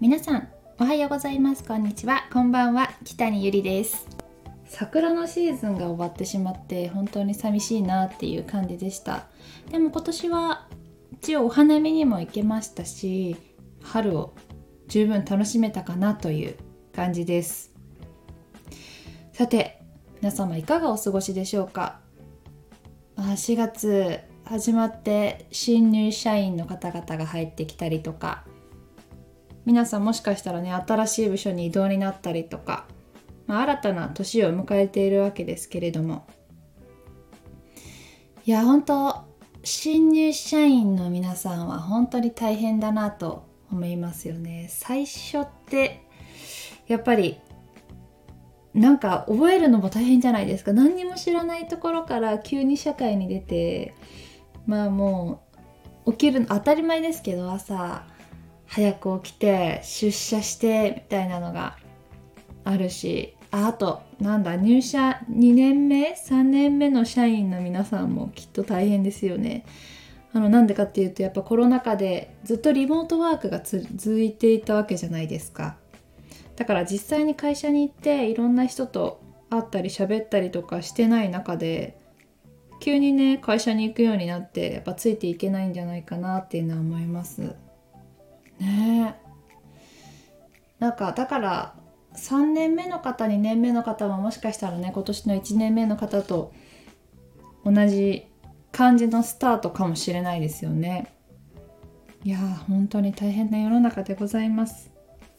皆さんおはようございます、こんにちは、こんばんは。北にゆりです。桜のシーズンが終わってしまって本当に寂しいなっていう感じでした。でも今年は一応お花見にも行けましたし、春を十分楽しめたかなという感じです。さて皆様いかがお過ごしでしょうか。4月始まって新入社員の方々が入ってきたりとか、皆さんもしかしたらね、新しい部署に異動になったりとか、新たな年を迎えているわけですけれども、いや本当新入社員の皆さんは本当に大変だなと思いますよね。最初ってやっぱりなんか覚えるのも大変じゃないですか。何にも知らないところから急に社会に出て、もう起きるの当たり前ですけど、朝早く起きて出社してみたいなのがあるし、あと入社2年目3年目の社員の皆さんもきっと大変ですよね。なんでかっていうと、やっぱコロナ禍でずっとリモートワークが続いていたわけじゃないですか。だから実際に会社に行っていろんな人と会ったり喋ったりとかしてない中で、急にね会社に行くようになって、やっぱついていけないんじゃないかなっていうのは思いますね。だから3年目の方2年目の方ももしかしたらね、今年の1年目の方と同じ感じのスタートかもしれないですよね。いや本当に大変な世の中でございます。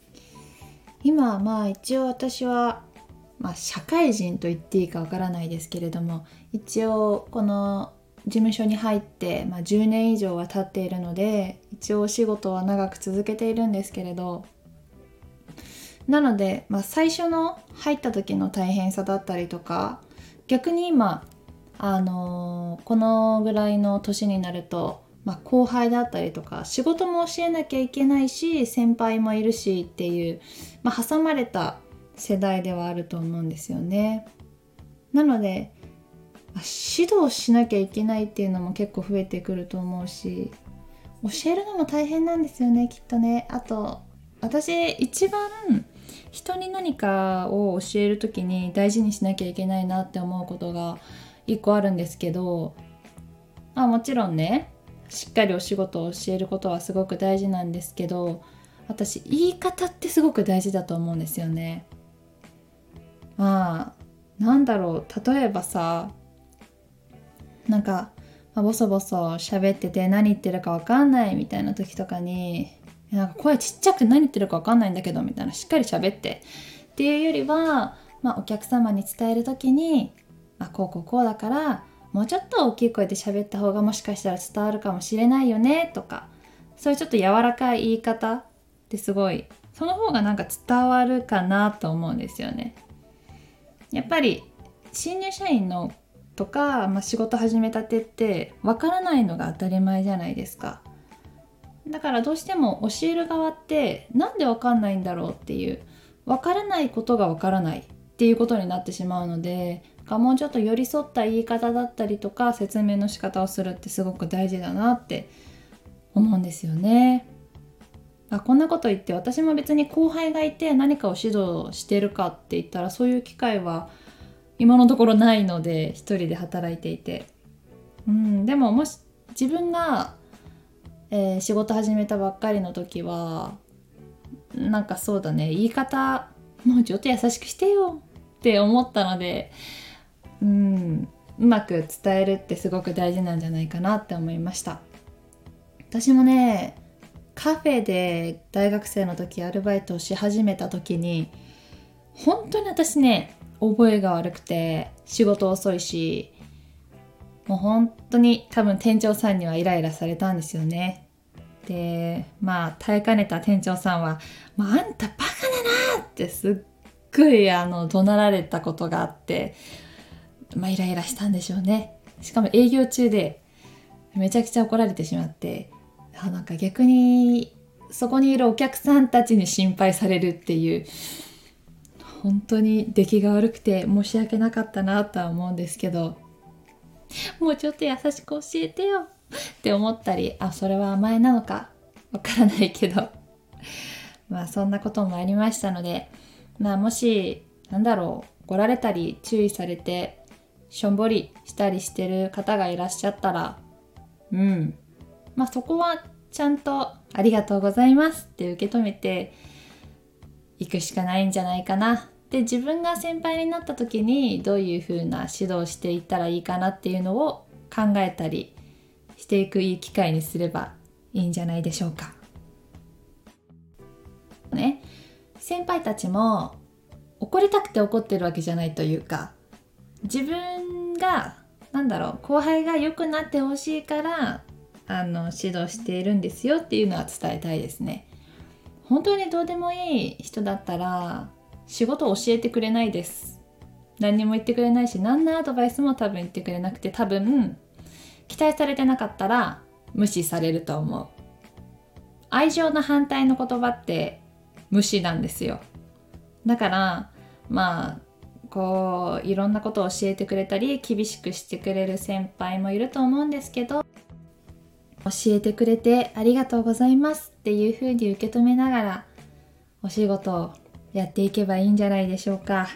今一応私は、社会人と言っていいかわからないですけれども、一応この事務所に入って、10年以上は経っているので、一応お仕事は長く続けているんですけれど、なので、最初の入った時の大変さだったりとか、逆に今、このぐらいの年になると、後輩だったりとか仕事も教えなきゃいけないし、先輩もいるしっていう、挟まれた世代ではあると思うんですよね。なので、指導しなきゃいけないっていうのも結構増えてくると思うし、教えるのも大変なんですよね、きっとね。あと私一番人に何かを教えるときに大事にしなきゃいけないなって思うことが一個あるんですけど、もちろんね、しっかりお仕事を教えることはすごく大事なんですけど、私言い方ってすごく大事だと思うんですよね。例えばさ、ボソボソ喋ってて何言ってるか分かんないみたいな時とかに、声ちっちゃく何言ってるか分かんないんだけどみたいな、しっかり喋ってっていうよりは、お客様に伝える時に、こうだからもうちょっと大きい声で喋った方がもしかしたら伝わるかもしれないよねとか、そういうちょっと柔らかい言い方ってすごい、その方が伝わるかなと思うんですよね。やっぱり新入社員のとか、仕事始めたてって分からないのが当たり前じゃないですか。だからどうしても教える側ってなんで分かんないんだろうっていう、分からないことが分からないっていうことになってしまうので、もうちょっと寄り添った言い方だったりとか説明の仕方をするってすごく大事だなって思うんですよね。こんなこと言って、私も別に後輩がいて何かを指導してるかって言ったら、そういう機会は今のところないので、一人で働いていて、でももし自分が、仕事始めたばっかりの時は、そうだね、言い方もうちょっと優しくしてよって思ったので、うまく伝えるってすごく大事なんじゃないかなって思いました。私もね、カフェで大学生の時アルバイトをし始めた時に、本当に私ね、覚えが悪くて仕事遅いし、もう本当に多分店長さんにはイライラされたんですよね。で、耐えかねた店長さんは、あんたバカだなってすっごい怒鳴られたことがあって、イライラしたんでしょうね。しかも営業中でめちゃくちゃ怒られてしまって、逆にそこにいるお客さんたちに心配されるっていう、本当に出来が悪くて申し訳なかったなとは思うんですけど、もうちょっと優しく教えてよって思ったり、それは甘えなのかわからないけど、 そんなこともありましたので、もし怒られたり注意されてしょんぼりしたりしてる方がいらっしゃったら、そこはちゃんとありがとうございますって受け止めていくしかないんじゃないかな。で、自分が先輩になった時にどういう風な指導をしていったらいいかなっていうのを考えたりしていくいい機会にすればいいんじゃないでしょうか。ね、先輩たちも怒りたくて怒ってるわけじゃないというか、自分が後輩が良くなってほしいから指導しているんですよっていうのは伝えたいですね。本当にどうでもいい人だったら仕事を教えてくれないです。何にも言ってくれないし、何のアドバイスも多分言ってくれなくて、多分期待されてなかったら無視されると思う。愛情の反対の言葉って無視なんですよ。だからいろんなことを教えてくれたり厳しくしてくれる先輩もいると思うんですけど、教えてくれてありがとうございますっていう風に受け止めながらお仕事をやっていけばいいんじゃないでしょうか。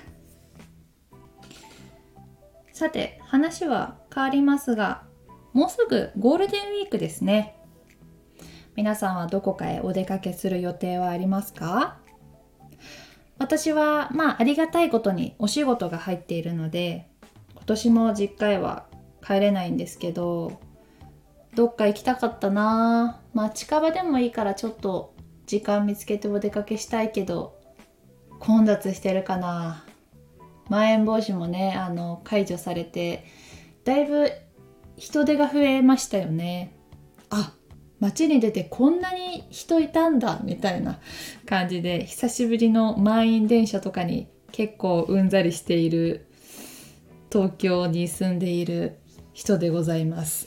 さて、話は変わりますが、もうすぐゴールデンウィークですね。皆さんはどこかへお出かけする予定はありますか？私はありがたいことにお仕事が入っているので、今年も実家へは帰れないんですけど、どっか行きたかったな。近場でもいいからちょっと時間見つけてお出かけしたいけど、混雑してるかな。まん延防止もね解除されてだいぶ人出が増えましたよね。街に出てこんなに人いたんだみたいな感じで、久しぶりの満員電車とかに結構うんざりしている東京に住んでいる人でございます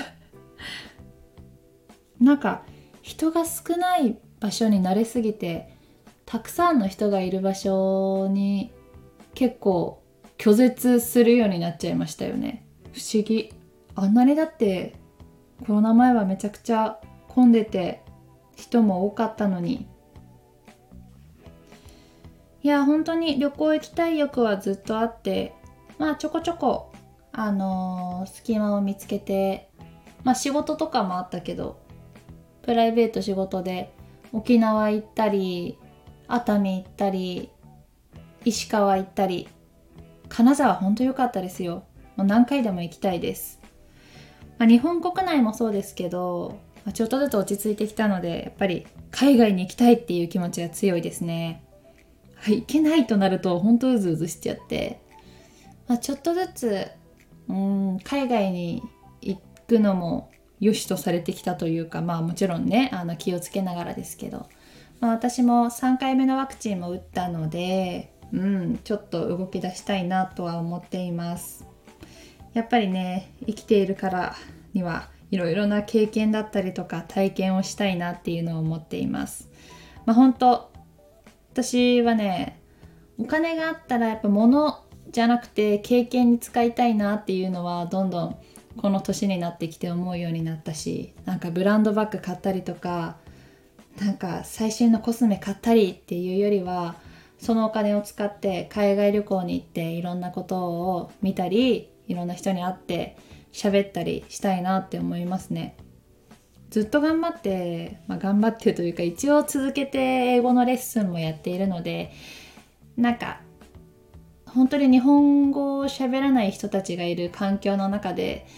人が少ない場所に慣れすぎて、たくさんの人がいる場所に結構拒絶するようになっちゃいましたよね。不思議。あんなにだってコロナ前はめちゃくちゃ混んでて人も多かったのに。いや本当に旅行行きたい欲はずっとあって、ちょこちょこ隙間を見つけて、仕事とかもあったけどプライベート仕事で沖縄行ったり熱海行ったり石川行ったり、金沢本当良かったですよ。もう何回でも行きたいです。日本国内もそうですけど、ちょっとずつ落ち着いてきたので、やっぱり海外に行きたいっていう気持ちが強いですね。行けないとなると本当うずうずしちゃって、ちょっとずつ海外に行くのも良しとされてきたというか、もちろんね気をつけながらですけど、私も3回目のワクチンも打ったので、ちょっと動き出したいなとは思っています。やっぱりね、生きているからにはいろいろな経験だったりとか体験をしたいなっていうのを思っています。本当私はね、お金があったらやっぱ物じゃなくて経験に使いたいなっていうのはどんどんこの年になってきて思うようになったし、ブランドバッグ買ったりとか最新のコスメ買ったりっていうよりは、そのお金を使って海外旅行に行っていろんなことを見たり、いろんな人に会って喋ったりしたいなって思いますね。ずっと頑張って、頑張ってというか一応続けて英語のレッスンもやっているので、本当に日本語を喋らない人たちがいる環境の中で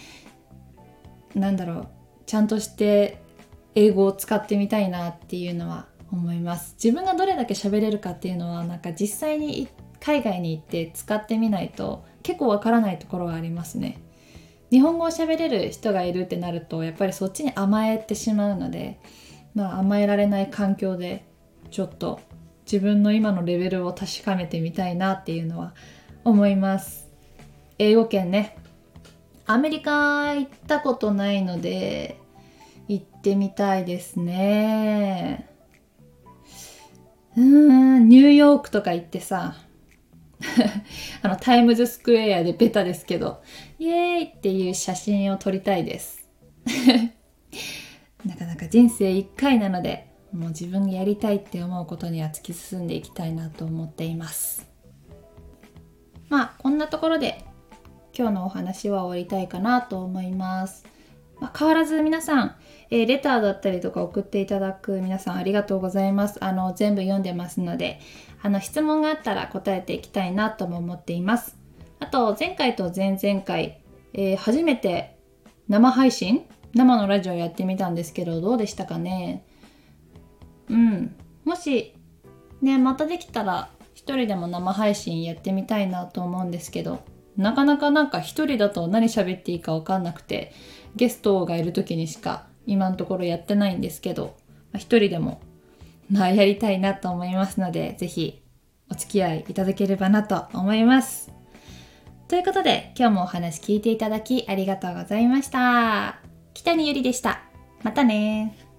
ちゃんとして英語を使ってみたいなっていうのは思います。自分がどれだけ喋れるかっていうのは実際に海外に行って使ってみないと結構わからないところがありますね。日本語を喋れる人がいるってなるとやっぱりそっちに甘えてしまうので、甘えられない環境でちょっと自分の今のレベルを確かめてみたいなっていうのは思います。英語圏ね、アメリカ行ったことないので行ってみたいですね。ニューヨークとか行ってさタイムズスクエアでベタですけどイエーイっていう写真を撮りたいですなかなか人生1回なのでもう自分がやりたいって思うことには突き進んでいきたいなと思っています。こんなところで今日のお話は終わりたいかなと思います。変わらず皆さん、レターだったりとか送っていただく皆さんありがとうございます。全部読んでますので、質問があったら答えていきたいなとも思っています。あと前回と前々回、初めて生配信、生のラジオやってみたんですけど、どうでしたかね。もしね、またできたら一人でも生配信やってみたいなと思うんですけど、なかなか一人だと何喋っていいか分かんなくて、ゲストがいる時にしか今のところやってないんですけど、一人でもやりたいなと思いますので、ぜひお付き合いいただければなと思います。ということで、今日もお話聞いていただきありがとうございました。北にゆりでした。またね。